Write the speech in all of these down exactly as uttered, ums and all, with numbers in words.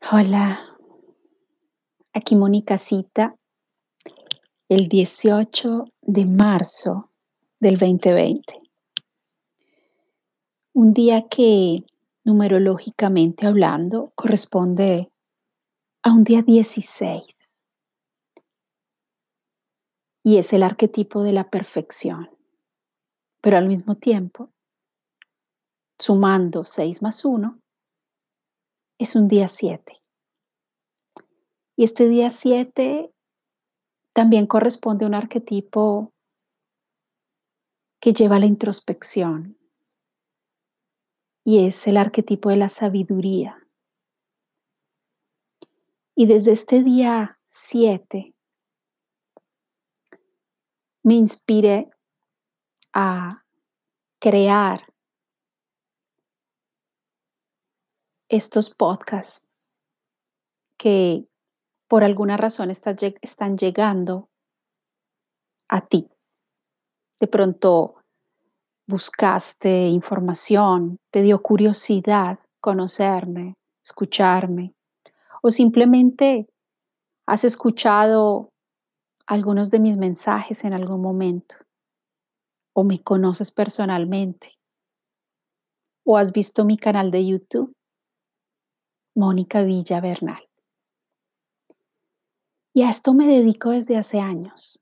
Hola, aquí Mónica Cita, el dieciocho de marzo del dos mil veinte. Un día que, numerológicamente hablando, corresponde a un día dieciséis y es el arquetipo de la perfección, pero al mismo tiempo, sumando seis más uno, es un día siete. Y este día siete también corresponde a un arquetipo que lleva a la introspección y es el arquetipo de la sabiduría. Y desde este día siete me inspiré a crear estos podcasts que por alguna razón está lle- están llegando a ti. De pronto buscaste información, te dio curiosidad conocerme, escucharme, o simplemente has escuchado algunos de mis mensajes en algún momento, o me conoces personalmente, o has visto mi canal de YouTube, Mónica Villa Bernal. Y a esto me dedico desde hace años,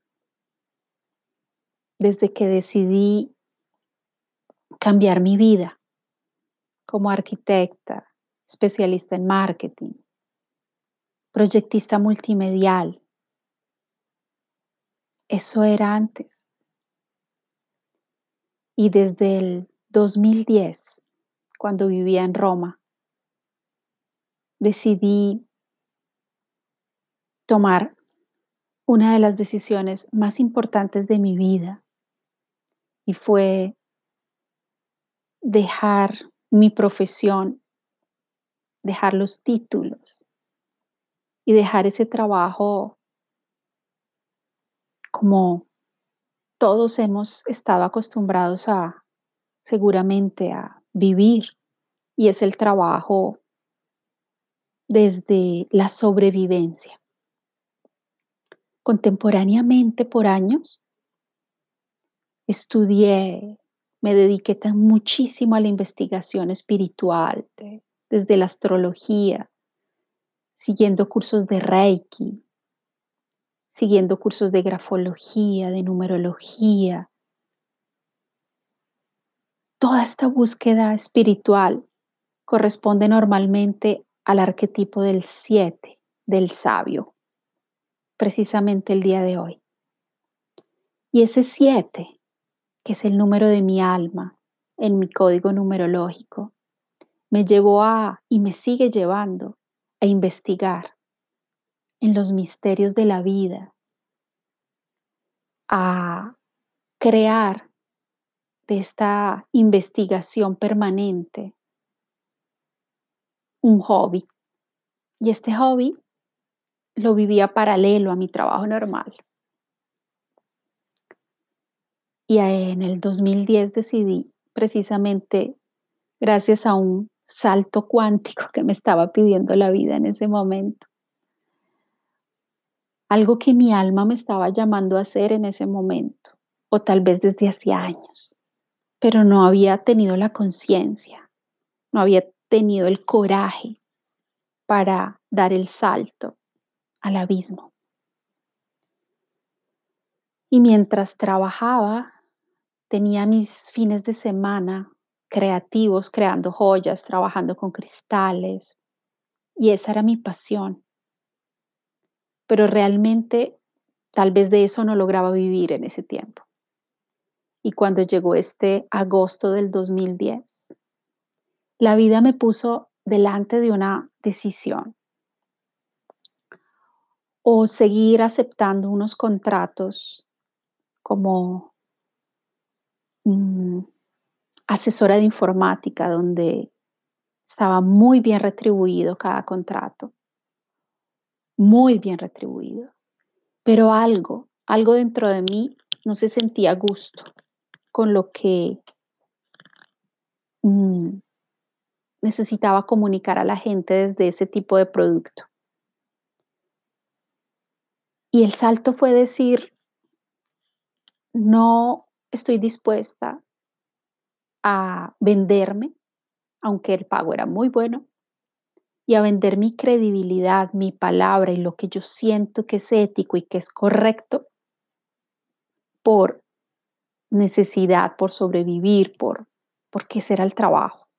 desde que decidí cambiar mi vida como arquitecta, especialista en marketing, proyectista multimedial. Eso era antes. Y desde el dos mil diez, cuando vivía en Roma, decidí tomar una de las decisiones más importantes de mi vida y fue dejar mi profesión, dejar los títulos y dejar ese trabajo como todos hemos estado acostumbrados a, seguramente, a vivir, y es el trabajo desde la sobrevivencia. Contemporáneamente, por años, estudié, me dediqué tan muchísimo a la investigación espiritual, de- desde la astrología, siguiendo cursos de Reiki, siguiendo cursos de grafología, de numerología. Toda esta búsqueda espiritual corresponde normalmente al arquetipo del siete, del sabio, precisamente el día de hoy. Y ese siete, que es el número de mi alma en mi código numerológico, me llevó a, y me sigue llevando, a investigar en los misterios de la vida, a crear de esta investigación permanente un hobby. Y este hobby lo vivía paralelo a mi trabajo normal. Y en el dos mil diez decidí, precisamente gracias a un salto cuántico que me estaba pidiendo la vida en ese momento, algo que mi alma me estaba llamando a hacer en ese momento, o tal vez desde hacía años, pero no había tenido la conciencia, no había tenido el coraje para dar el salto al abismo. Y mientras trabajaba, tenía mis fines de semana creativos, creando joyas, trabajando con cristales, y esa era mi pasión. Pero realmente, tal vez de eso no lograba vivir en ese tiempo. Y cuando llegó este agosto del dos mil diez, la vida me puso delante de una decisión: o seguir aceptando unos contratos como mm, asesora de informática, donde estaba muy bien retribuido cada contrato, muy bien retribuido, pero algo, algo dentro de mí no se sentía a gusto con lo que mm, necesitaba comunicar a la gente desde ese tipo de producto. Y el salto fue decir, no estoy dispuesta a venderme, aunque el pago era muy bueno, y a vender mi credibilidad, mi palabra y lo que yo siento que es ético y que es correcto por necesidad, por sobrevivir, por porque ese era el trabajo.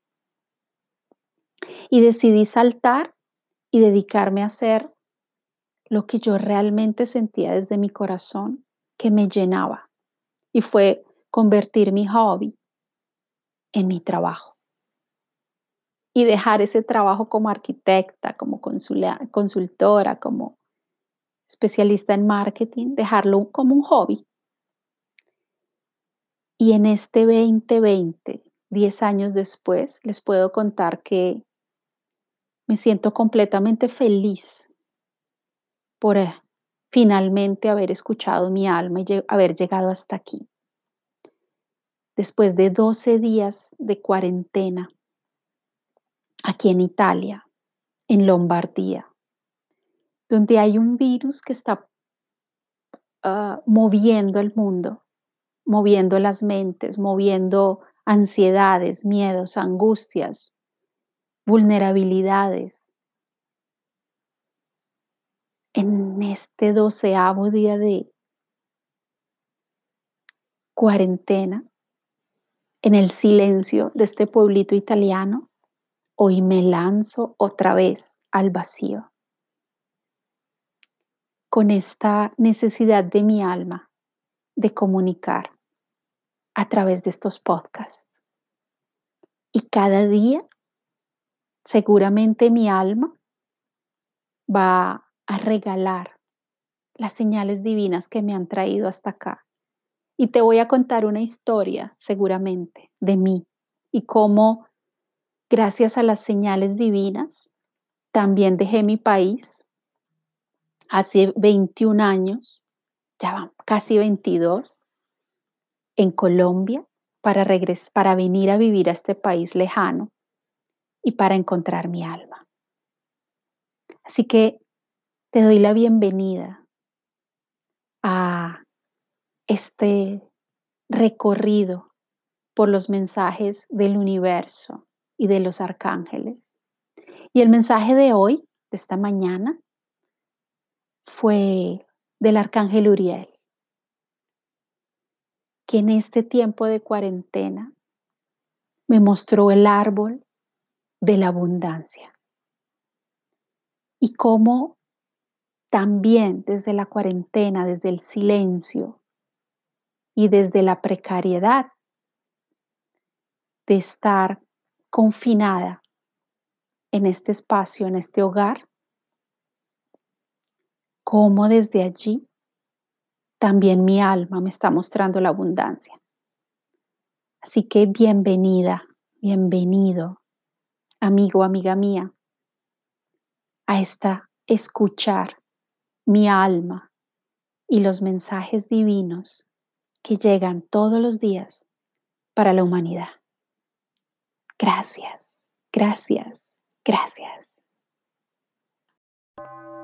Y decidí saltar y dedicarme a hacer lo que yo realmente sentía desde mi corazón que me llenaba, y fue convertir mi hobby en mi trabajo. Y dejar ese trabajo como arquitecta, como consula consultora, como especialista en marketing, dejarlo como un hobby. Y en este veinte veinte, diez años después, les puedo contar que me siento completamente feliz por, eh, finalmente haber escuchado mi alma y lle haber llegado hasta aquí. Después de doce días de cuarentena aquí en Italia, en Lombardía, donde hay un virus que está, ah, moviendo el mundo, moviendo las mentes, moviendo ansiedades, miedos, angustias, vulnerabilidades. En este doceavo día de cuarentena, en el silencio de este pueblito italiano, hoy me lanzo otra vez al vacío, con esta necesidad de mi alma de comunicar a través de estos podcasts. Y cada día, seguramente mi alma va a regalar las señales divinas que me han traído hasta acá. Y te voy a contar una historia, seguramente, de mí y cómo, gracias a las señales divinas, también dejé mi país hace veintiún años, ya van casi veintidós, en Colombia, para regres para venir a vivir a este país lejano y para encontrar mi alma. Así que te doy la bienvenida a este recorrido por los mensajes del universo y de los arcángeles. Y el mensaje de hoy, de esta mañana, fue del arcángel Uriel, que en este tiempo de cuarentena me mostró el árbol de la abundancia y cómo también desde la cuarentena, desde el silencio y desde la precariedad de estar confinada en este espacio, en este hogar, cómo desde allí también mi alma me está mostrando la abundancia. Así que bienvenida, bienvenido, amigo, amiga mía, a esta escuchar mi alma y los mensajes divinos que llegan todos los días para la humanidad. Gracias, gracias, gracias.